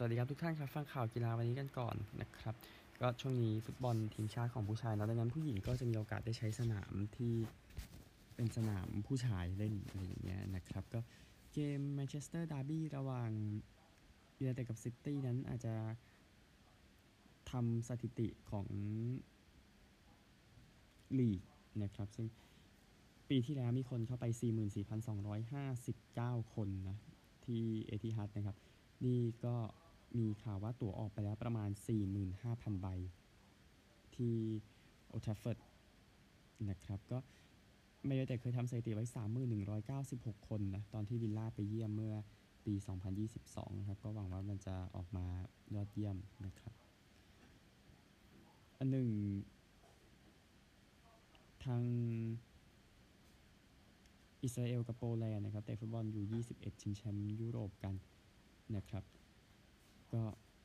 วัสดีครับทุกท่านครับฟังข่าวกีฬาวันนี้กันก่อนนะครับก็ช่วงนี้ฟุตบอลทีมชาติของผู้ชายนะดังนั้นผู้หญิงก็จะมีโอกาสได้ใช้สนามที่เป็นสนามผู้ชายเล่นอะไรอย่างเงี้ยนะครับก็เกมแมนเชสเตอร์ดาร์บี้ระหว่างยูไนเต็ดกับซิตี้นั้นอาจจะทำสถิติของลีกนะครับซึ่งปีที่แล้วมีคนเข้าไป 44,259 คนนะที่เอทิฮัดนะครับนี่ก็มีข่าวว่าตั๋วออกไปแล้วประมาณ 45,000 ใบที่โอลด์แทฟฟอร์ดนะครับก็แมนยูไนเต็ดเคยทำสถิติไว้ 31,196 คนนะตอนที่วิลล่าไปเยี่ยมเมื่อปี 2022นะครับก็หวังว่ามันจะออกมายอดเยี่ยมนะครับอันหนึ่งทางอิสราเอลกับโปแลนด์นะครับเตะฟุตบอลอยู่ 21 ชิงแชมป์ยุโรปกันนะครับก็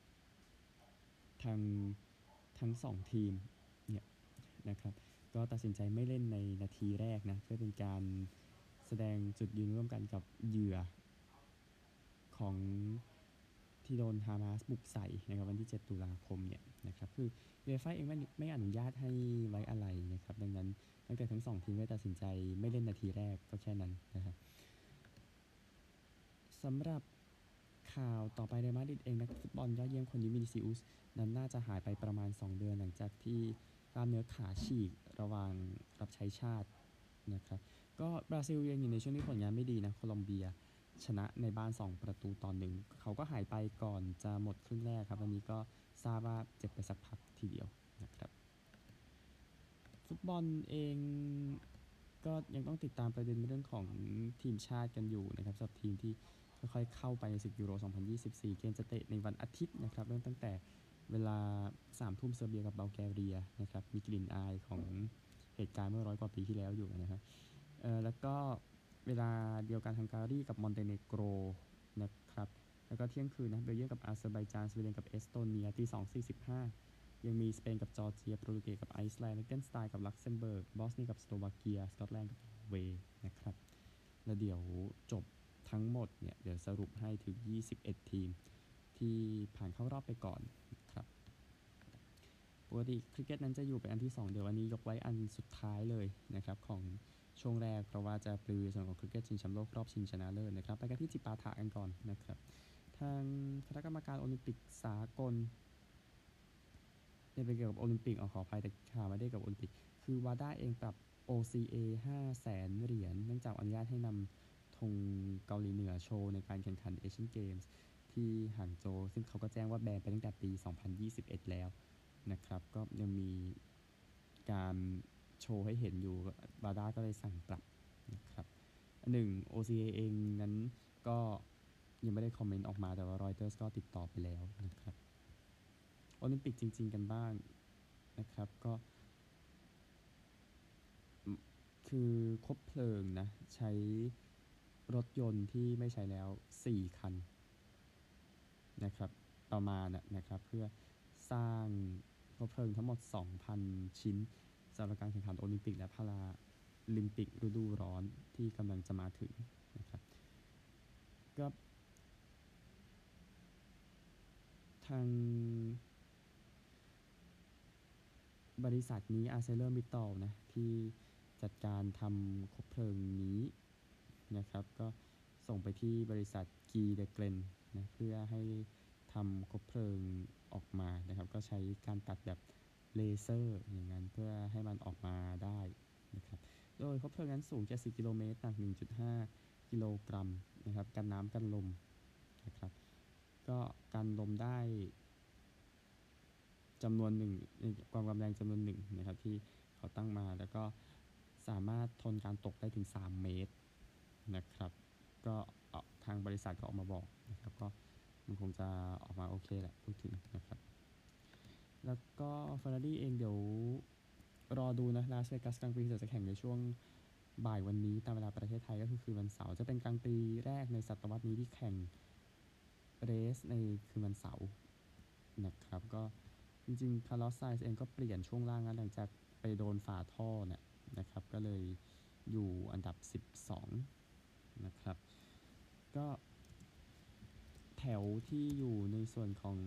ทั้ง2ทีมเนี่ยนะครับก็ตัดสินใจไม่เล่นในนาทีแรกนะเพื่อเป็นการแสดงจุดยืนร่วมกันกับเหยื่อของที่โดนฮามาสบุกใส่นะครับวันที่ 7 ตุลาคมเนี่ยนะครับคือยูเอฟ่าเองไม่อนุญาตให้ไว้อะไรนะครับดังนั้นตั้งแต่ทั้ง2ทีมได้ตัดสินใจไม่เล่นนาทีแรกก็แค่นั้นนะครับสำหรับข่าวต่อไปเรอัลมาดริดเองนักฟุตบอลยอดเยี่ยมคนนี้วินิซิอุสนั้นน่าจะหายไปประมาณ2เดือนหลังจากที่กล้ามเนื้อขาฉีกระหว่างรับใช้ชาตินะครับก็บราซิลยังอยู่ในช่วงที่ผลงานไม่ดีนะโคลอมเบียชนะในบ้าน2-1เขาก็หายไปก่อนจะหมดครึ่งแรกครับวันนี้ก็ทราบว่าเจ็บไปสักพักทีเดียวนะครับฟุตบอลเองก็ยังต้องติดตามประเด็นเรื่องของทีมชาติกันอยู่นะครับสำหรับทีมที่ค่อยๆเข้าไปในศึกยูโร 2024 เกมจะเตะในวันอาทิตย์นะครับเริ่มตั้งแต่เวลา 3 ทุ่มเซอร์เบียกับบัลแกเรียนะครับมีกลิ่นอายของเหตุการณ์เมื่อ100 กว่าปีที่แล้วอยู่นะครับแล้วก็เวลาเดียวกันฮังการีกับมอนเตเนโกรนะครับแล้วก็เที่ยงคืนนะเบลเยียมกับอาเซอร์ไบจานสวีเดนกับเอสโตเนียตี 2:45ยังมีสเปนกับจอร์เจียโปรตุเกสกับไอซ์แลนด์ลิเทนสไตน์กับลักเซมเบิร์กบอสเนียกับสโลวาเกียสกอตแลนด์กับนอร์เวย์นะครับแล้วเดี๋ยวจบทั้งหมดเนี่ยเดี๋ยวสรุปให้ถึง21 ทีมที่ผ่านเข้ารอบไปก่อนครับปกติคริกเก็ตนั้นจะอยู่เป็นอันที่2เดี๋ยววันนี้ยกไว้อันสุดท้ายเลยนะครับของช่วงแรกเพราะว่าจะปลือส่วนของคริกเก็ตชิงแชมป์โลกรอบชิงชนะเลิศนะครับไปกันที่จิปาถะกันก่อนนะครับทางคณะกรรมการโอลิมปิกสากลเป็นเกี่ยวกับโอลิมปิกขออภัยแต่ข่าวไม่ได้กับโอลิมปิกคือวาด้าเองปรับ OCA 500,000 เหรียญเนื่องจากอนุญาตให้นำธงเกาหลีเหนือโชว์ในการแข่งขันเอเชียนเกมส์ที่หางโจวซึ่งเขาก็แจ้งว่าแบนไปตั้งแต่ปี 2021 แล้วนะครับก็ยังมีการโชว์ให้เห็นอยู่วาด้าก็เลยสั่งปรับนะครับหนึ่ง OCA เองนั้นก็ยังไม่ได้คอมเมนต์ออกมาแต่ว่ารอยเตอร์สก็ติดต่อไปแล้วนะครับโอลิมปิกจริงๆกันบ้างนะครับก็คือคบเพลิงนะใช้รถยนต์ที่ไม่ใช้แล้ว4คันนะครับประมาณนะครับเพื่อสร้างคบเพลิงทั้งหมด 2,000 ชิ้นสำหรับการแข่งขันโอลิมปิกและพาราลิมปิกฤดูร้อนที่กำลังจะมาถึงนะครับก็ทางบริษัทนี้ ArcelorMittal นะที่จัดการทำคบเพลิงนี้นะครับก็ส่งไปที่บริษัทกีเดเกรนนะเพื่อให้ทำคบเพลิงออกมานะครับก็ใช้การตัดแบบเลเซอร์อย่างนั้นเพื่อให้มันออกมาได้นะครับโดยคบเพลิงนั้นสูง70 กิโลเมตรหนัก 1.5 กิโลกรัมนะครับกันน้ำกันลมนะครับก็กันลมได้จำนวนหนึ่งความแรงจำนวนหนึ่งนะครับที่เขาตั้งมาแล้วก็สามารถทนการตกได้ถึง3 เมตรนะครับก็ทางบริษัทก็ออกมาบอกนะครับก็มันคงจะออกมาโอเคแหละพูดถึงนะครับแล้วก็ Ferrari เองเดี๋ยวรอดูนะลาสเวกัสกลางปีจะแข่งในช่วงบ่ายวันนี้ตามเวลาประเทศไทยก็คือคืนวันเสาร์จะเป็นกลางปีแรกในศตวรรษนี้ที่แข่งเรสในคืนวันเสาร์นะครับก็จริงๆคาร์ลอสไซน์เองก็เปลี่ยนช่วงล่างนะหลังจากไปโดนฝาท่อเนี่ยนะครับก็เลยอยู่อันดับ12นะครับก็แผวที่อยู่ในส่วนของ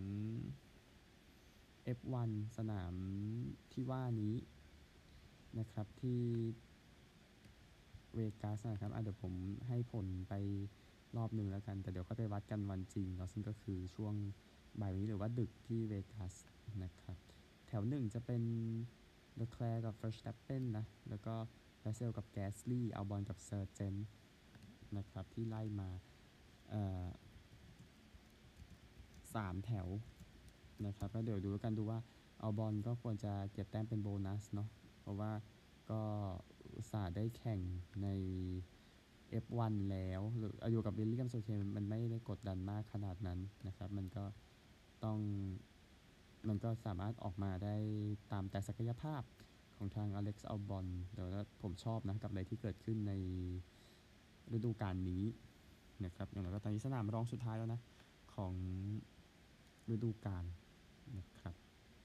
F1 สนามที่ว่านี้นะครับที่เวกัสนะครับเดี๋ยวผมให้ผลไปรอบหนึ่งแล้วกันแต่เดี๋ยวค่อยไปวัดกันวันจริงเนาะซึ่งก็คือช่วงบ่ายวันนี้หรือว่าดึกที่เวกัสนะครับแถวหนึ่งจะเป็นเลอแคลร์กับเฟอร์สแตปเปนนะแล้วก็รัสเซลกับแกสลีย์อัลบอนกับเซอร์เจนนะครับที่ไล่มา3 แถวนะครับแล้วเดี๋ยวดูกันดูว่าอัลบอนก็ควรจะเก็บแต้มเป็นโบนัสเนาะเพราะว่าก็อุตส่าห์ได้แข่งใน F1 แล้วหรืออยู่กับวิลเลียมโอเคมันไม่ได้กดดันมากขนาดนั้นนะครับต้องมันก็สามารถออกมาได้ตามแต่ศักยภาพของทางอเล็กซ์อัลบอนเดี๋ยวผมชอบนะกับอะไรที่เกิดขึ้นในฤดูกาลนี้นะครับอย่างไรก็ตอนนี้สนามรองสุดท้ายแล้วนะของฤดูกาลนะครับ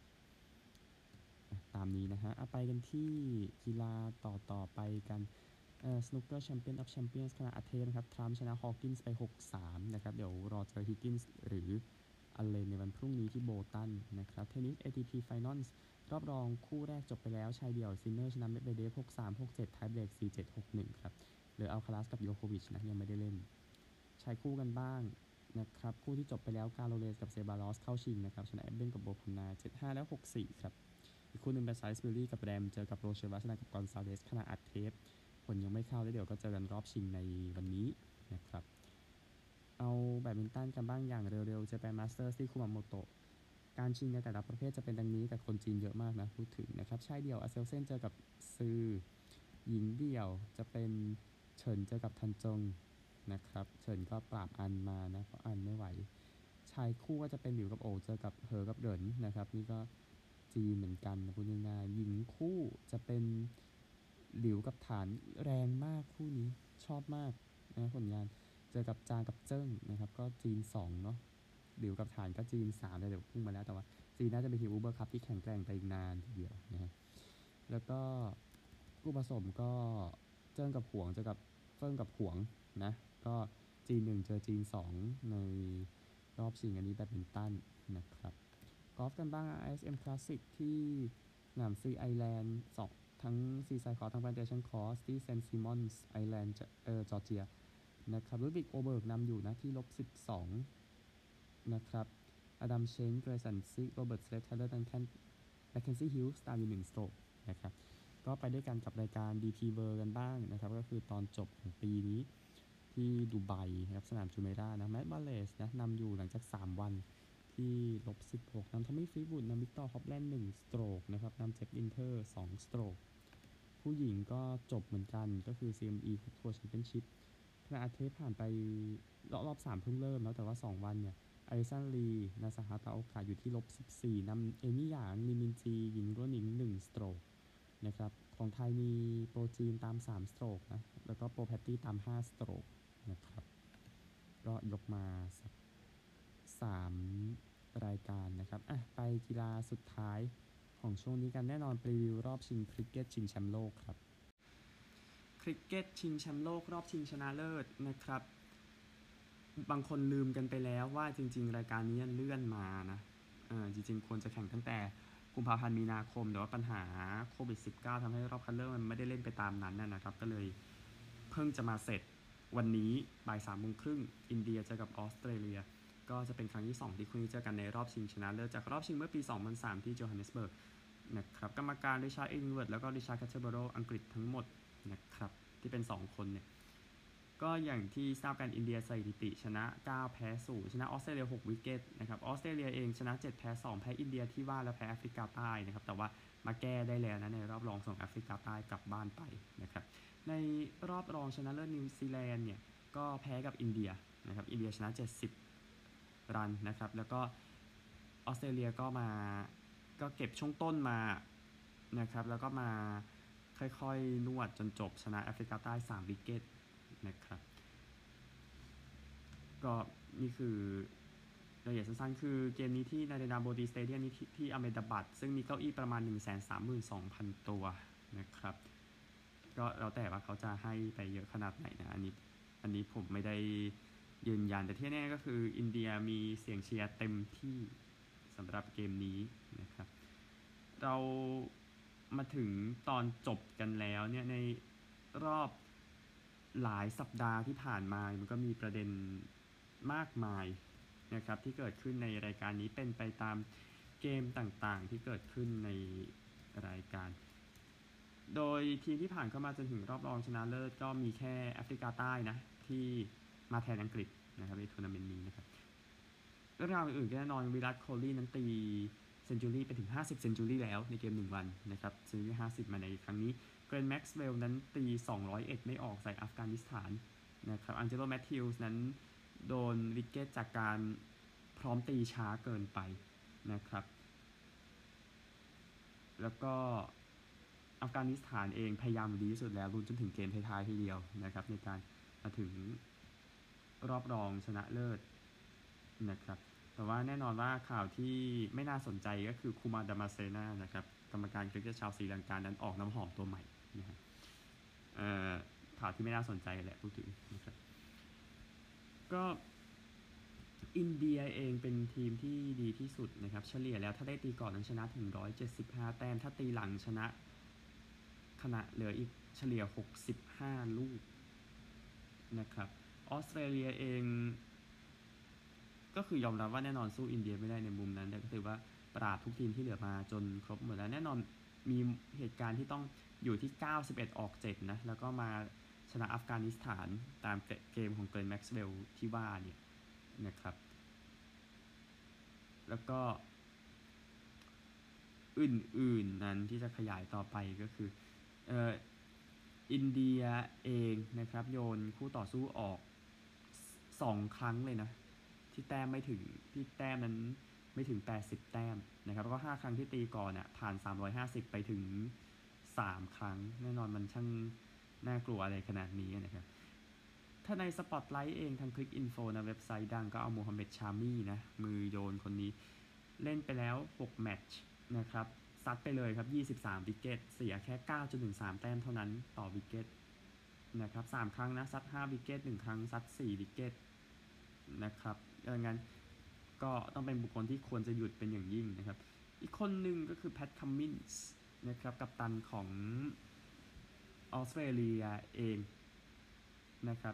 ตามนี้นะฮะไปกันที่กีฬาต่อไปกันสนุกเกอร์แชมเปี้ยนออฟแชมเปี้ยนส์คณะอาเทนนะครับทรัมป์ชนะฮอว์กินส์ไป 6-3 นะครับเดี๋ยวรอเจอฮิกกินส์หรืออัลเลนในวันพรุ่งนี้ที่โบตันนะครับเทนนิส ATP Finals รอบรองคู่แรกจบไปแล้วชายเดี่ยวซินเนอร์ชนะเมดเวเดฟ 6-3 6-7 ไทยเบรก 4-7 6-1 ครับเหลืออัลคาราสกับโยโควิชนะยังไม่ได้เล่นชายคู่กันบ้างนะครับคู่ที่จบไปแล้วกาโลเลสกับเซบาลอสเข้าชิงนะครับชนะเอเบนกับโบพันนา 7-5 แล้ว 6-4 ครับอีกคู่หนึ่งเป็นไซส์บิลลี่กับแรมเจอกับโรเชวัสชนะกับกอนซาเลสขณะอัดเทปผลยังไม่เข้าแล้วเดี๋ยวก็เจอกันรอบชิงในวันนี้นะครับเอาแบดมินตันกันบ้างอย่างเร็วๆจะเป็นมาสเตอร์ที่คุมาโมโตะการชิงในแต่ละประเภทจะเป็นดังนี้แต่คนจีนเยอะมากนะพูดถึงนะครับชายเดี่ยวอาเซลเซนเจอกับซือหญิงเดี่ยวจะเป็นเฉินเจอกับทันจงนะครับเฉินก็ปราบอันมานะเพราะอันไม่ไหวชายคู่ก็จะเป็นหลิวกับโอเจอกับเหอกับเหรินนะครับนี่ก็จีนเหมือนกันนะพูดง่ายๆหญิงคู่จะเป็นหลิวกับฐานแรงมากคู่นี้ชอบมากนะผลงานเจอกับจางกับเจิ้งนะครับก็จีน2เนาะหลิวกับฐานก็จีน3เดี๋ยวพุ่งมาแล้วแต่ว่าจีนน่าจะเป็นทีมอูเบอร์คัพที่แข็งแกร่งไปอีกนานทีเดียวนะฮะแล้วก็คู่ผสมก็เจิ้งกับหวงเจอกับเฟิ่งกับหวงนะก็จีน1เจอจีน2ในรอบชิงอันนี้แบดมินตันนะครับกอล์ฟกันบ้าง ISM Classic ที่สนามซีไอแลนด์2ทั้งซีไซคอร์ทั้งแพนเทชันคอร์สที่เซนต์ซิมอนส์ไอแลนด์จอร์เจียนะครับลูดิกโอเบิร์กนำอยู่นะที่-12นะครับอดัมเชนเกรซันซิกโรเบิร์ตสเลทเทเลอร์ดันแคนแมคเคนซี่ฮิลส์ตามอยู่1สโตรกนะครับก็ไปด้วยกันกับรายการ DP World กันบ้างนะครับก็คือตอนจบของปีนี้ที่ดูไบนะครับสนามจูเมรานะแมตต์บาเลสนะนำอยู่หลังจาก3วันที่-16นำทอมมี่ฟรีบูดนำวิกตอร์ฮอปแลนด์1สโตรกนะครับนำเจ็ฟลินเทอร์2สโตรกผู้หญิงก็จบเหมือนกันก็คือ CME ทัวร์แชมเปี้ยนชิพขณะอาเทปผ่านไปรอบ3เพิ่งเริ่มแล้วแต่ว่า2วันเนี่ยอาริซันลีนาซาฮาตาโอกาสอยู่ที่-14นำเอมี่หยางลีมินจีหญิงรั้วหนิง1สโตรกนะครับของไทยมีโปรจีนตาม3สโตรกนะแล้วก็โปรแพตตี้ตาม5สโตรกนะครับก็ยกมาสัก3รายการนะครับไปกีฬาสุดท้ายของช่วงนี้กันแน่นอนรีวิวรอบชิงคริกเก็ตชิงแชมป์โลกครับคริกเก็ตชิงแชมป์โลกรอบชิงชนะเลิศนะครับบางคนลืมกันไปแล้วว่าจริงๆรายการนี้เลื่อนมานะจริงๆควรจะแข่งตั้งแต่กุมภาพันธ์มีนาคมแต่ว่าปัญหาโควิด -19 ทำให้รอบคัดเลือกมันไม่ได้เล่นไปตามนั้นนะครับก็เลยเพิ่งจะมาเสร็จวันนี้บ่าย 3:30 น.อินเดียเจอกับออสเตรเลียก็จะเป็นครั้งที่2ที่คู่นี้เจอกันในรอบชิงชนะเลิศจากรอบชิงเมื่อปี 2003 ที่โจฮันเนสเบิร์กนะครับกรรมการริชาร์ด อิงเวิร์ดแล้วก็ริชาร์ด แคทเทอร์โบโรอังกฤษทั้งหมดนะครับที่เป็น2คนเนี่ยก็อย่างที่ทราบกันอินเดียสถิติชนะ9แพ้0ชนะออสเตรเลีย6วิกเก็ตนะครับออสเตรเลียเองชนะ7แพ้2แพ้อินเดียที่ว่าและแพ้แอฟริกาใต้นะครับแต่ว่ามาแก้ได้แล้วนะในรอบรองส่งแอฟริกาใต้กลับบ้านไปนะครับในรอบรองชนะเลิศนิวซีแลนด์เนี่ยก็แพ้กับอินเดียนะครับอินเดียชนะ70รันนะครับแล้วก็ออสเตรเลียก็เก็บช่วงต้นมานะครับแล้วก็มาค่อยๆนวดจนจบชนะแอฟริกาใต้3วิกเก็ตนะครับก็นี่คือรายละเอียดสั้นๆคือเกมนี้ที่นาเรนดาโบดีสเตเดียมนี้ที่อเมดาบัตซึ่งมีเก้าอี้ประมาณ 132,000 ตัวนะครับก็แล้วแต่ว่าเขาจะให้ไปเยอะขนาดไหนนะอันนี้ผมไม่ได้ยืนยันแต่ที่แน่ก็คืออินเดียมีเสียงเชียร์เต็มที่สำหรับเกมนี้นะครับเรามาถึงตอนจบกันแล้วเนี่ยในรอบหลายสัปดาห์ที่ผ่านมามันก็มีประเด็นมากมายนะครับที่เกิดขึ้นในรายการนี้เป็นไปตามเกมต่างๆที่เกิดขึ้นในรายการโดยทีมที่ผ่านเข้ามาจนถึงรอบรองชนะเลิศก็มีแค่แอฟริกาใต้นะที่มาแทนอังกฤษนะครับในทัวร์นาเมนต์นี้นะครับเรื่องราวอื่นๆก็แน่นอนวิรัตโคลี่นั้นตีเซนจูรี่ไปถึง50เซนจูรี่แล้วในเกม1วันนะครับเซนจูรี่50มาในครั้งนี้เกรนแม็กซ์เวลล์นั้นตี201ไม่ออกใส่อัฟกานิสถานนะครับอังเจโลแมทธิวส์นั้นโดนวิกเก็ตจากการพร้อมตีช้าเกินไปนะครับแล้วก็อัฟกานิสถานเองพยายามดีที่สุดแล้วลุ้นจนถึงเกมท้ายๆทีเดียวนะครับในการมาถึงรอบรองชนะเลิศนะครับแต่ว่าแน่นอนว่าข่าวที่ไม่น่าสนใจก็คือคูมาดามาเซนานะครับกรรมการคริกเก็ตชาวศรีลังกานั้นออกน้ำหอมตัวใหม่นะครับข่าวที่ไม่น่าสนใจแหละพูดถึงนะครับก็อินเดียเองเป็นทีมที่ดีที่สุดนะครับเฉลี่ยแล้วถ้าได้ตีก่อนนั้นชนะถึง175แต้มถ้าตีหลังชนะขณะเหลืออีกเฉลี่ย65ลูกนะครับออสเตรเลียเองก็คือยอมรับว่าแน่นอนสู้อินเดียไม่ได้ในมุมนั้นแต่ก็ถือว่าปราบทุกทีมที่เหลือมาจนครบหมดแล้วแน่นอนมีเหตุการณ์ที่ต้องอยู่ที่91ออก7นะแล้วก็มาชนะอัฟกานิสถานตามเกมของเกรนแม็กซ์เวลล์ที่ว่าเนี่ยนะครับแล้วก็อื่นๆนั้นที่จะขยายต่อไปก็คืออินเดียเองนะครับโยนคู่ต่อสู้ออก2ครั้งเลยนะที่แต้มไม่ถึงที่แต้มนั้นไม่ถึง80แต้มนะครับแล้วก็5ครั้งที่ตีก่อนผ่าน350ไปถึง3ครั้งแน่นอนมันช่างน่ากลัวอะไรขนาดนี้นะครับถ้าในสปอตไลท์เองทางคลิกอินโฟนะเว็บไซต์ดังก็เอาโมฮัมเหม็ดชามี่นะมือโยนคนนี้เล่นไปแล้ว6แมตช์นะครับซัดไปเลยครับ23วิกเก็ตเสียแค่ 9.13 แต้มเท่านั้นต่อวิกเก็ตนะครับ3ครั้งนะซัด5วิกเก็ต1ครั้งซัด4วิกเก็ตนะครับดังนั้นก็ต้องเป็นบุคคลที่ควรจะหยุดเป็นอย่างยิ่งนะครับอีกคนหนึ่งก็คือแพทคัมมินส์นะครับกัปตันของออสเตรเลียเองนะครับ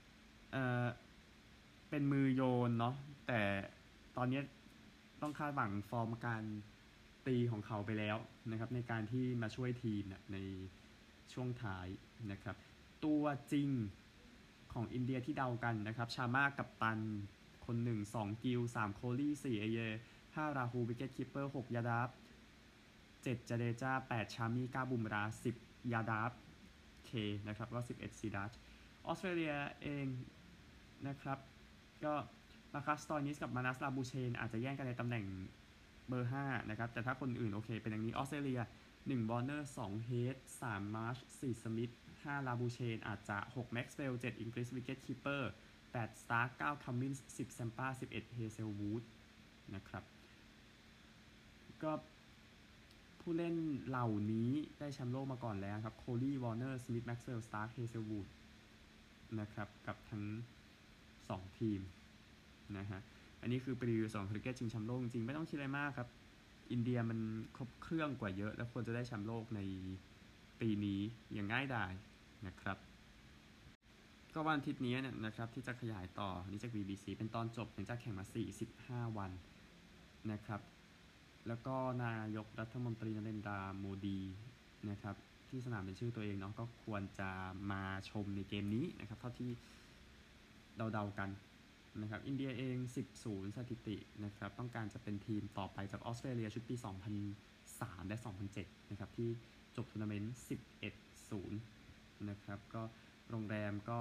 เป็นมือโยนเนาะแต่ตอนนี้ต้องคาดหวังฟอร์มการตีของเขาไปแล้วนะครับในการที่มาช่วยทีมในช่วงท้ายนะครับตัวจริงของอินเดียที่เดากันนะครับชามากัปตันคน1 2กิล3โคลี่4เอเย5ราฮูวิกเก็ตคีปเปอร์6ยาดาฟ7จาเดจา8ชามี9บุมรา10ยาดาฟเคนะครับก็11ซีดัชออสเตรเลียเองนะครับก็มาคัสตอยนิสกับมานัสลาบูเชนอาจจะแย่งกันในตำแหน่งเบอร์5นะครับแต่ถ้าคนอื่นโอเคเป็นอย่างนี้ออสเตรเลีย1บอลเนอร์2เฮด3มาร์ช4สมิธ5ลาบูเชนอาจจะ6แม็กซ์เวลล์7อิงกฤษวิกเก็ตคีปเปอร์8สตาร์9คัมมินส์10แซมป้า11เฮเซลวูดนะครับก็ผู้เล่นเหล่านี้ได้แชมป์โลกมาก่อนแล้วครับโคลีวอร์เนอร์สมิธแม็กซ์เวลล์สตาร์เฮเซลวูดนะครับกับทั้ง2ทีมนะฮะอันนี้คือปรีวิว2คริกเก็ตชิงแชมป์โลกจริงๆไม่ต้องคิดอะไรมากครับอินเดียมันครบเครื่องกว่าเยอะและควรจะได้แชมป์โลกในปีนี้อย่างง่ายดายนะครับก็วันอาทิตย์นี้เนี่ยนะครับที่จะขยายต่อนี้จาก BBC เป็นตอนจบหลังจากแข่งมา45วันนะครับแล้วก็นายกรัฐมนตรีนเรนดราโมดีนะครับที่สนามเป็นชื่อตัวเองเนาะก็ควรจะมาชมในเกมนี้นะครับเท่าที่เดาๆกันนะครับอินเดียเอง10-0สถิตินะครับต้องการจะเป็นทีมต่อไปจากออสเตรเลียชุดปี2003และ2007นะครับที่จบทัวร์นาเมนต์11-0นะครับก็โรงแรมก็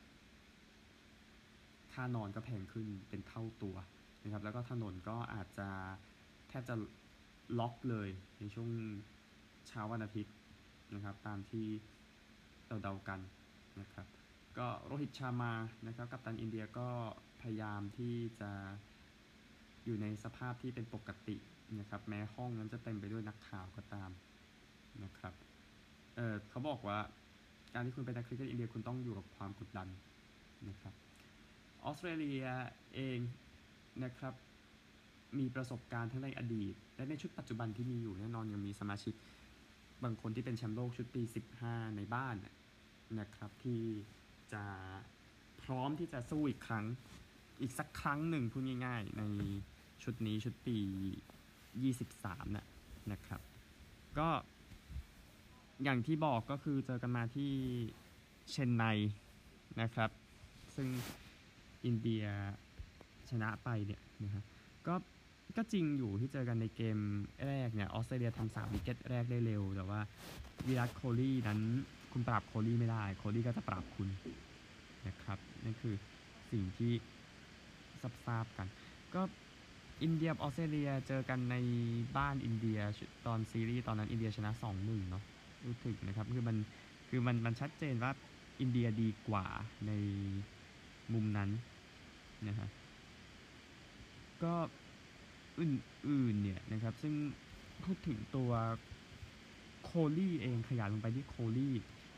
ค่านอนก็แพงขึ้นเป็นเท่าตัวนะครับแล้วก็ถนนก็อาจจะแทบจะล็อกเลยในช่วงเช้าวันอาทิตย์นะครับตามที่เราเดากันนะครับก็โรฮิตชามานะครับกัปตันอินเดียก็พยายามที่จะอยู่ในสภาพที่เป็นปกตินะครับแม้ห้องนั้นจะเต็มไปด้วยนักข่าวก็ตามนะครับเขาบอกว่าการที่คุณเป็นนักคริกเก็ตอินเดียคุณต้องอยู่กับความกดดันนะครับออสเตรเลียเองนะครับมีประสบการณ์ทั้งในอดีตและในชุดปัจจุบันที่มีอยู่แน่นอนยังมีสมาชิกบางคนที่เป็นแชมป์โลกชุดปี15ในบ้านนะครับที่จะพร้อมที่จะสู้อีกครั้งอีกสักครั้งหนึ่งพูดง่ายๆในชุดนี้ชุดปี23นะครับก็อย่างที่บอกก็คือเจอกันมาที่เชนไนนะครับซึ่งอินเดียชนะไปเนี่ยนะครับก็จริงอยู่ที่เจอกันในเกมแรกเนี่ยออสเตรเลียทำ3 วิกเก็ตแรกได้เร็วแต่ว่าวิรัตโคลีนั้นคุณปราบโคลีไม่ได้โคลีก็จะปราบคุณนะครับนั่นคือสิ่งที่ทราบกันก็อินเดียกับออสเตรเลียเจอกันในบ้านอินเดียตอนซีรีส์ตอนนั้นอินเดียชนะ 2-1 เนาะรู้ถึกนะครับคือมันชัดเจนว่าอินเดียดีกว่าในมุมนั้นนะฮะก็อื่นๆเนี่ยนะครับซึ่งพูดถึงตัวโคลี่เองขยายลงไปที่โคลี่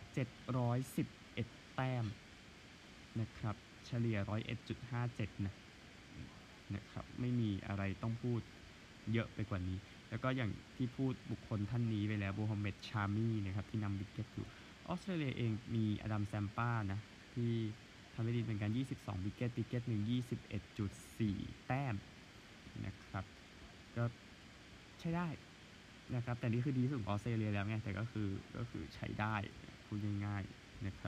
711แต้มนะครับเฉลี่ย 101.57 นะครับไม่มีอะไรต้องพูดเยอะไปกว่านี้แล้วก็อย่างที่พูดบุคคลท่านนี้ไปแล้วโมฮัมเหม็ดชามีนะครับที่นำวิกเก็ตอยู่ออสเตรเลียเองมีอดัมแซมป้านะที่ทำได้ดีเป็นการ22 วิกเก็ตหนึ่ง 21.4 แต้มนะครับก็ใช้ได้นะครับแต่นี่คือดีสุดของออสเตรเลียแล้วไงแต่ก็คือใช้ได้พูดง่ายๆนะครับ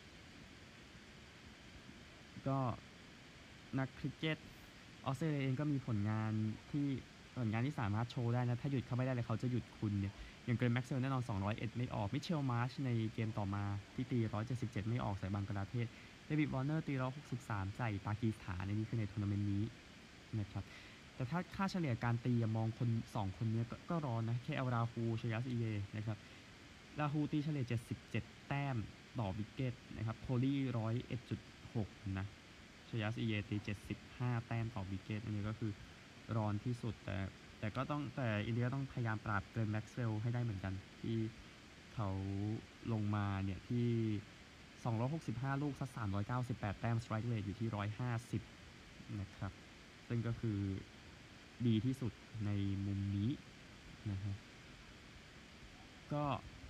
ก็นักคริกเก็ตออสเตรเลียเองก็มีผลงานที่สามารถโชว์ได้นะถ้าหยุดเขาไม่ได้เลยเขาจะหยุดคุณเนี่ยอย่างเกรนแม็กซ์เวลแน่นอน201ไม่ออกมิเชลมาร์ชในเกมต่อมาที่ตี177ไม่ออกใส่บังกลาเทศเดวิดวอร์เนอร์ตี163ใส่ปากีสถานในนี้คือในทัวร์นาเมนต์นี้นะครับแต่ถ้าค่าเฉลี่ยการตีมองคน2คนนี้ก็ร้อนนะเคเอลราฮูชยัสอีเยนะครับราฮูตีเฉลี่ย77แต้มต่อวิกเก็ตนะครับโคลี่101.6นะชยัสอีเยตี75แต้มต่อวิกเก็ตอันนี้ก็คือร้อนที่สุดแต่อินเดียต้องพยายามปราบเกรนแม็กซ์เวลให้ได้เหมือนกันที่เขาลงมาเนี่ยที่265ลูกซัด398แต้มสไตรค์เรทอยู่ที่150นะครับซึ่งก็คือดีที่สุดในมุมนี้นะฮะก็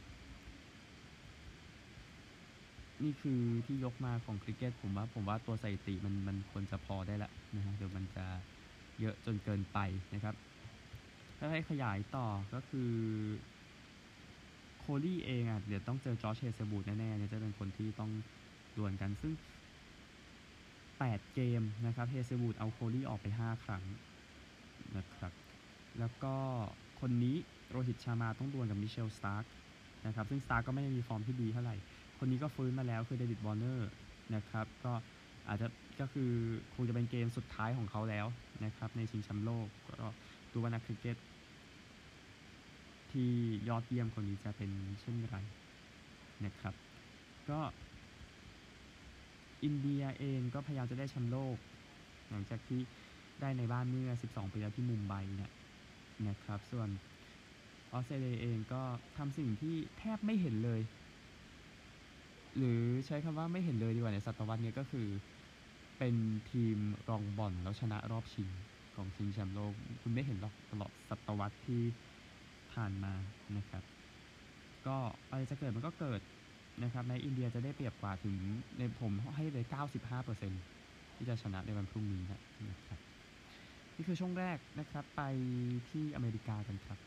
นี่คือที่ยกมาของคริกเก็ตผมว่าตัวสถิติมันควรจะพอได้ละนะฮะเดี๋ยวมันจะเยอะจนเกินไปนะครับถ้าให้ขยายต่อก็คือโคลี่เองเดี๋ยวต้องเจอจอร์จเฮเซบูตแน่ๆเนี่ยจะเป็นคนที่ต้องดวลกันซึ่ง8 เกมนะครับเฮเซบูตเอาโคลี่ออกไป5 ครั้งนะครับแล้วก็คนนี้โรฮิตชามาต้องดวลกับมิเชลสตาร์กนะครับซึ่งสตาร์กก็ไม่ได้มีฟอร์มที่ดีเท่าไหร่คนนี้ก็ฟื้นมาแล้วคือเดวิดวอร์เนอร์นะครับก็อาจจะก็คือคงจะเป็นเกมสุดท้ายของเขาแล้วนะครับในชิงแชมป์โลกก็ดูว่านักคริกเก็ตที่ยอดเยี่ยมคนนี้จะเป็นเช่นไรนะครับก็อินเดียเองก็พยายามจะได้แชมป์โลกหลังจากที่ได้ในบ้านเมื่อ12 ปีแล้วที่มุมไบเนี่ยนะครับส่วนออสเตรเลียเองก็ทำสิ่งที่แทบไม่เห็นเลยหรือใช้คำว่าไม่เห็นเลยดีกว่าในศตวรรษนี้ก็คือเป็นทีมรองบอลแล้วชนะรอบชิงของชิงแชมป์โลกคุณไม่เห็นหรอกตลอดศตวรรษที่ผ่านมานะครับก็อะไรจะเกิดมันก็เกิดนะครับในอินเดียจะได้เปรียบกว่าถึงในผมให้เลย 95% ที่จะชนะในวันพรุ่งนี้นะครับนี่คือช่วงแรกนะครับไปที่อเมริกากันครับ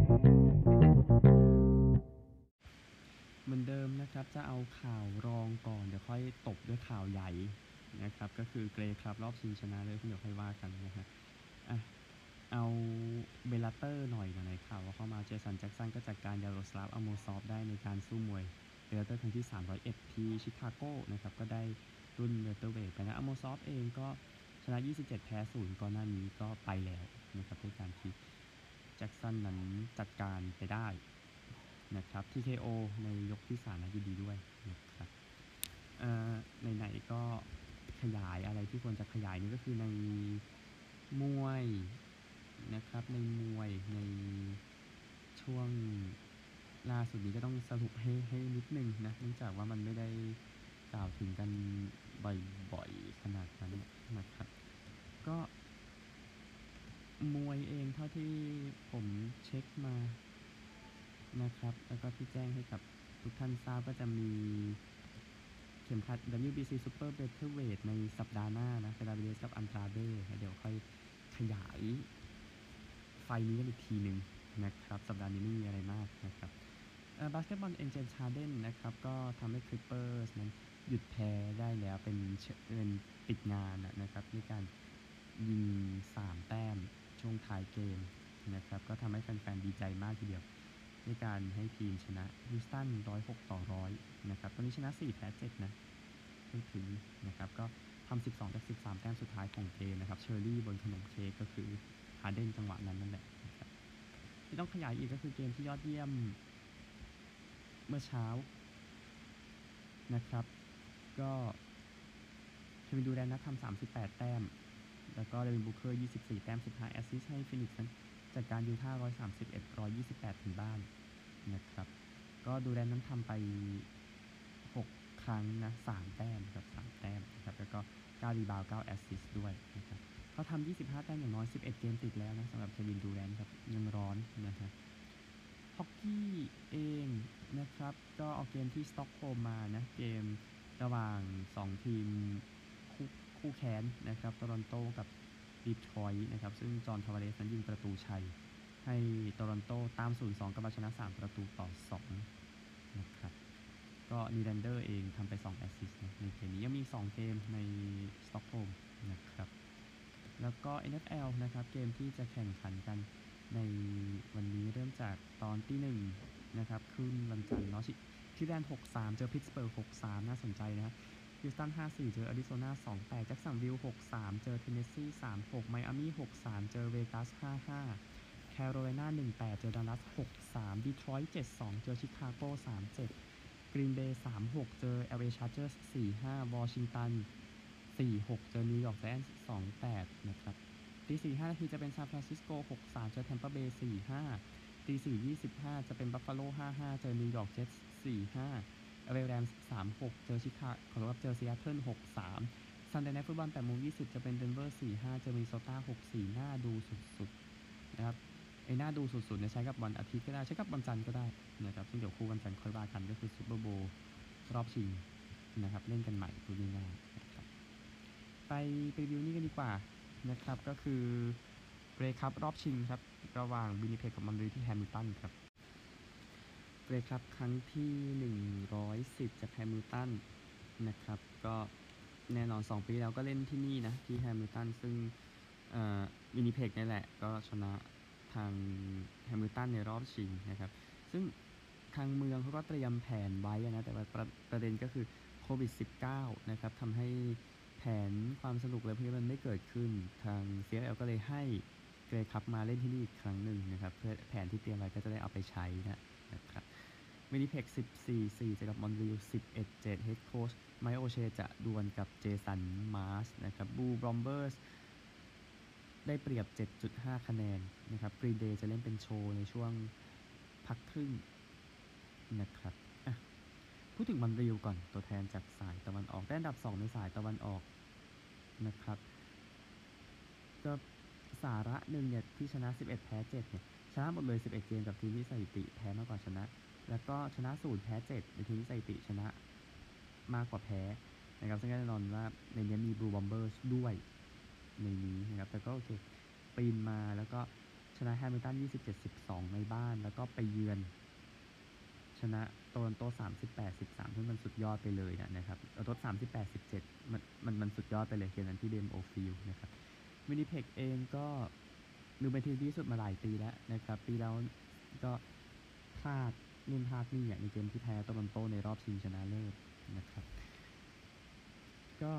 เหมือนเดิมนะครับจะเอาข่าวรองก่อนเดี๋ยวค่อยตบด้วยข่าวใหญ่นะครับก็คือเกรย์ครับรอบชิงชนะเลยที่เดี๋ยวค่อยว่ากันนะฮะเอาเบลเตอร์หน่อยข่าวว่าเข้ามาเจสันแจ็คสันก็จัดการยาโรสลาฟอโมซอฟได้ในการสู้มวยเบลเตอร์ครั้งที่301ที่ชิคาโกนะครับก็ได้รุ่นเวเตอร์เวทไปนะอโมซอฟเองก็ชนะ27แพ้0ก่อนหน้านี้ก็ไปแล้วนะครับด้วยการที่แจ็คสันนั้นจัดการไปได้นะครับ TKO ในยกที่3นะยินดีด้วยนะครับไหนๆก็ขยายอะไรที่ควรจะขยายนี่ก็คือในมวยนะครับในมวยในช่วงล่าสุดนี้ก็ต้องสรุปให้นิดนึงนะเนื่องจากว่ามันไม่ได้กล่าวถึงกันบ่อยๆขนาดนั้นนะครับก็มวยเองเท่าที่ผมเช็คมานะครับแล้วก็ที่แจ้งให้กับทุกท่านทราบก็จะมีเข็มขัด WBC Super Welterweight ในสัปดาห์หน้านะเฟราเดสกับอันตราเด้เดี๋ยวค่อยขยายไฟนี้กันอีกทีหนึ่งนะครับสัปดาห์นี้ไม่มีอะไรมากนะครับบาสเกตบอลเอ็นเจนชาเดนนะครับก็ทำให้คลิปเปอร์สนั้นหยุดแพ้ได้แล้วเป็นปิดงานนะครับในการยิง3 แต้มช่วงท้ายเกมนะครับก็ทำให้แฟนๆดีใจมากทีเดียวในการให้ทีมชนะฮิวสตัน106-100นะครับตอนนี้ชนะ4แพ้7นะถึงนะครับก็ทำ12จาก13แต้มสุดท้ายของเกมนะครับเชอร์รี่บนขนมเค้กก็คือฮาร์เดนจังหวะนั้นนั่นแหละนะครับที่ต้องขยายอีกก็คือเกมที่ยอดเยี่ยมเมื่อเช้านะครับก็เควินดูแรนนะทำ38แต้มแล้วก็เดวินบูเคอร์24แต้มสุดท้ายแอสซิสต์ให้ฟินิกส์นั้นจัดการยูท่า131-128ถึงบ้านนะครับก็ดูแรนนั้นทำไป6ครั้งนะ3แต้มครับ3แต้มนะครับแล้วก็9รีบาวด์9แอสซิสต์ด้วยนะครับเขาทำ25แต้มอย่างน้อย11เกมติดแล้วนะสำหรับเควินดูแรนครับยังร้อนนะครับฮอกกี้เองนะครับก็เอาเกมที่สต็อกโฮล์มมานะเกมระหว่าง2ทีมคู่แค้นนะครับโตรอนโตกับดีทรอยต์นะครับซึ่งจอห์นทาวาเรสนั้นยิงประตูชัยให้โตรอนโตตาม 0-2 กลับมาชนะ3-2นะครับก็นีแลนเดอร์เองทำไป2แอสซิสต์ในเกมนี้ยังมี2เกมในสต็อกโฮล์มนะครับแล้วก็ NFL นะครับเกมที่จะแข่งขันกันในวันนี้เริ่มจากตอนตี 1นะครับขึ้นวันจันทร์เนาะคลิฟแลนด์ 6-3 เจอพิตต์สเบิร์ก 6-3 น่าสนใจนะครับฮิวสตัน 5-4 เจออาริโซนา 2-8 แจ็คสันวิลล์ 6-3 เจอเทนเนสซี 3-6 ไมอามี่ 6-3 เจอเวกัส 5-5 แคโรไลนา 1-8 เจอดัลลัส 6-3 ดีทรอยต์ 7-2 เจอชิคาโก้ 3-7 กรีนเบย์ 3-6 เจอ LA Chargers 4-5 วอชิงตัน 4-6 เจอนิวยอร์กไจแอนท์ 2-8 นะครับตี 4:05 นาทีจะเป็นซานฟรานซิสโก 6-3 เจอแทมเปอร์เบย์ 4-5 ตี 4:25 จะเป็นบัฟฟาโล 5-5 เจอนิวยอร์กเจ็ตส์ 4-5 LA Rams 3-6 เจอเจอซีแอตเทิล 6-3 ซันเดย์ไนท์ฟุตบอล 8:20 จะเป็นเดนเวอร์ 4-5 เจอมินนิโซตา 6-4 น่าดูสุดๆนะครับน่าดูสุดๆใช้กับวันอาทิตย์ก็ได้ใช้กับวันจันทร์ก็ได้นะครับซึ่งเดี๋ยวคู่วันจันทร์ค่อยว่ากันก็คือซูเปอร์โบว์รอบชิงนะครับเล่นกันใหม่พูดง่ายๆนะครับไปรีวิวนี่กันดีกว่านะครับก็คือเกรย์คัพรอบชิงครับระหว่างวินนิเพกกับมอนทรีออลที่แฮมิลตันครับเกรย์คัพครั้งที่110จากแฮมิลตันนะครับก็แน่นอน2 ปีแล้วก็เล่นที่นี่นะที่แฮมิลตันซึ่งวินนิเพกนี่แหละก็ชนะทางแฮมิลตันในรอบชิงนะครับซึ่งทางเมืองเขาก็เตรียมแผนไว้นะแต่ว่าประเด็นก็คือโควิด -19 นะครับทำให้แผนความสนุกอะไรพวกนี้มันไม่เกิดขึ้นทาง CFL ก็เลยให้เกรย์คัพมาเล่นที่นี่อีกครั้งหนึ่งนะครับเพื่อแผนที่เตรียมไว้ก็จะได้เอาไปใช้นะครับวินนิเพก 14-4 เจอกับมอนทรีออล 11-7 เฮดโค้ชไมโอเชจะดวลกับเจสันมาร์สนะครับบูบรอมเบอร์สได้เปรียบ 7.5 คะแนนนะครับกรีนเดย์จะเล่นเป็นโชว์ในช่วงพักครึ่งนะครับพูดถึงมอนทรีออลก่อนตัวแทนจากสายตะวันออกได้อันดับ2ในสายตะวันออกนะครับก็สาระหนึ่งเนี่ยที่ชนะ11แพ้7เนี่ยชนะหมดเลย11เกมกับทีมที่สถิติแพ้มากกว่าชนะแล้วก็ชนะ0แพ้7ในทีมที่สถิติชนะมากกว่าแพ้นะครับซึ่งแน่นอนว่าในนี้มีบลูบอมเบอร์สด้วยในนี้นะครับแต่ก็โอเคปีนมาแล้วก็ชนะแฮมิลตัน 27-12 ในบ้านแล้วก็ไปเยือนชนะโตรอนโต 38-13 ซึ่งมันสุดยอดไปเลยนะครับโต 38-17 มันสุดยอดไปเลยเกมนั้นที่เดมโอฟิลด์นะครับวินนิเพกเองก็ดูเป็นทีมที่สุดมาหลายปีแล้วนะครับปีแล้วก็พลาดนู่นพลาดนี่ในเกมที่แพ้โตรอนโตในรอบชิงชนะเลิศนะครับก็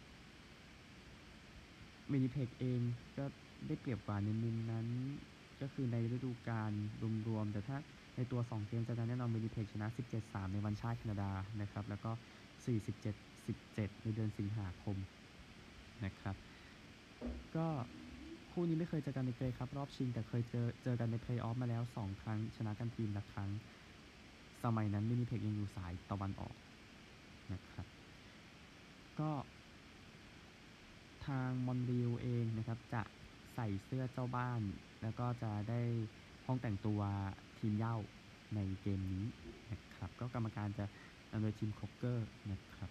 วินนิเพกเองก็ได้เปรียบกว่าในมุมนั้นก็คือในฤดูกาลรวมๆแต่ถ้าในตัว2เกมจะแน่นอนวินนิเพกชนะ 17-3 ในวันชาติแคนาดานะครับแล้วก็ 47-17 ในเดือนสิงหาคมนะครับก็คู่นี้ไม่เคยเจอกันในเกรย์คัพรอบชิงแต่เคยเจอกันในเพลย์ออฟมาแล้ว2ครั้งชนะกันทีมละครั้งสมัยนั้นวินนิเพกยังอยู่สายตะวันออกนะครับก็ทางมอนรีลเองนะครับจะใส่เสื้อเจ้าบ้านแล้วก็จะได้ห้องแต่งตัวทีมเหย้าในเกมนี้นะครับก็กรรมการจะนำโดยทีมคอกเกอร์นะครับ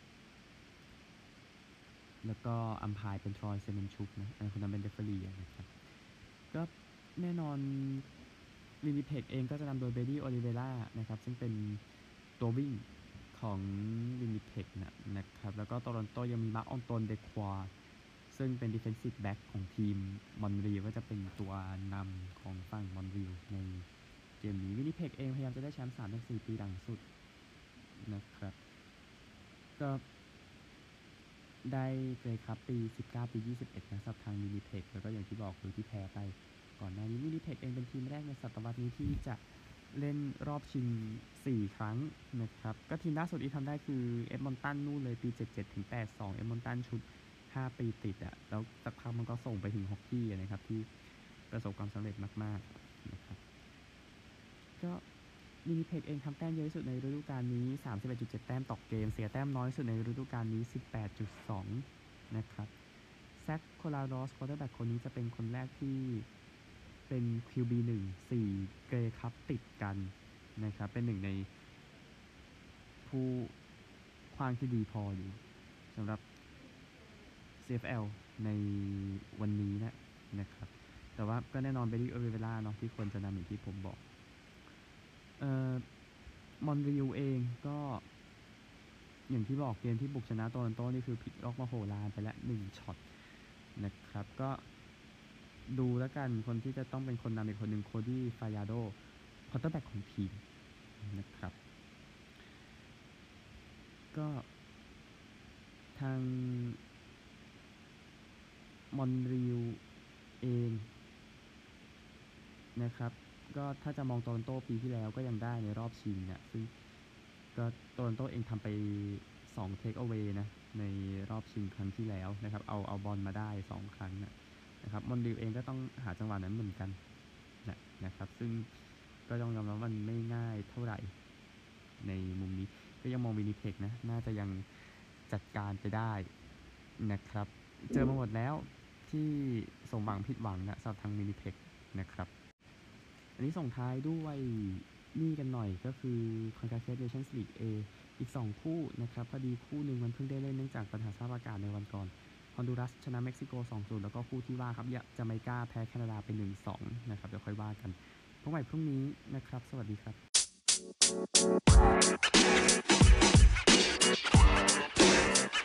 แล้วก็อัมพายเป็นทรอยเซเมนชุกนะคนนั้นเป็นเรฟเฟอรีนะครับก็แน่นอนวินิเพกเองก็จะนำโดยเบดี้โอลิเวล่านะครับซึ่งเป็นตัววิ่งของวินิเพกนะครับแล้วก็โตรอนโตยังมีมาร์คออนโตนเดควาซึ่งเป็น defensive back ของทีมมอนรีลก็จะเป็นตัวนำของฝั่งมอนรีลในเกมนี้วินิเพกเองพยายามจะได้แชมป์3 ใน 4 ปีหลังสุดนะครับก็ได้เกรย์คัพปี19ปี21นะสำหรับทางวินิเพกแล้วก็อย่างที่บอกคือที่แพ้ไปก่อนหน้านี้วินิเพกเองเป็นทีมแรกในศตวรรษนี้ที่จะเล่นรอบชิง4 ครั้งนะครับก็ทีมล่าสุดที่ทำได้คือเอดมอนตันนู่นเลยปี77ถึง82เอดมอนตันชุด5 ปีติดแล้วสักพักมันก็ส่งไปถึงฮอกกี้นะครับที่ประสบความสำเร็จมากๆนะครับก็วินิเพกเองทำแต้มเยอะที่สุดในฤดูกาลนี้ 31.7 แต้มต่อเกมเสียแต้มน้อยที่สุดในฤดูกาลนี้ 18.2 นะครับแซคโคลาดอสควอเตอร์แบ็กคนนี้จะเป็นคนแรกที่เป็น QB1 4 เกรย์คัพติดกันนะครับเป็นหนึ่งในผู้คว้างที่ดีพออยู่สำหรับ CFL ในวันนี้นะครับแต่ว่าก็แน่นอนเบดี้โอลิเวล่าเนาะที่ควรจะนำอย่างที่ผมบอกมอนรีลเองก็อย่างที่บอกเกมที่บุกชนะโตรอนโตนี่คือพลิกล็อกมาโหฬารไปละ1 ช็อตนะครับก็ดูแล้วกันคนที่จะต้องเป็นคนนำอีกคนหนึ่งโคดี้ฟายาโดควอเตอร์แบ็กของทีมนะครับก็ทางมอนรีลเองนะครับก็ถ้าจะมองโตรอนโตปีที่แล้วก็ยังได้ในรอบชิงซึ่งก็โตรอนโตเองทำไป2 เทคเอาเวย์นะในรอบชิงครั้งที่แล้วนะครับเอาบอลมาได้2 ครั้งนะครับมอนรีลเองก็ต้องหาจังหวะนั้นเหมือนกันนะครับซึ่งก็ต้องยอมรับว่ามันไม่ง่ายเท่าไหร่ในมุมนี้ก็ยังมองวินิเพกนะน่าจะยังจัดการไปได้นะครับเจอมาหมดแล้วที่สมหวังผิดหวังสำหรับทางวินิเพกนะครับอันนี้ส่งท้ายด้วยนี่กันหน่อยก็คือ CONCACAF Nations League A อีก2 คู่นะครับพอดีคู่หนึ่งมันเพิ่งได้เล่นเนื่องจากปัญหาสภาพอากาศในวันก่อนฮอนดูรัสชนะเม็กซิโก 2-0 แล้วก็คู่ที่ว่าครับจาเมกาแพ้แคนาดาไป 1-2 นะครับเดี๋ยวค่อยว่ากันพบใหม่พรุ่งนี้นะครับสวัสดีครับ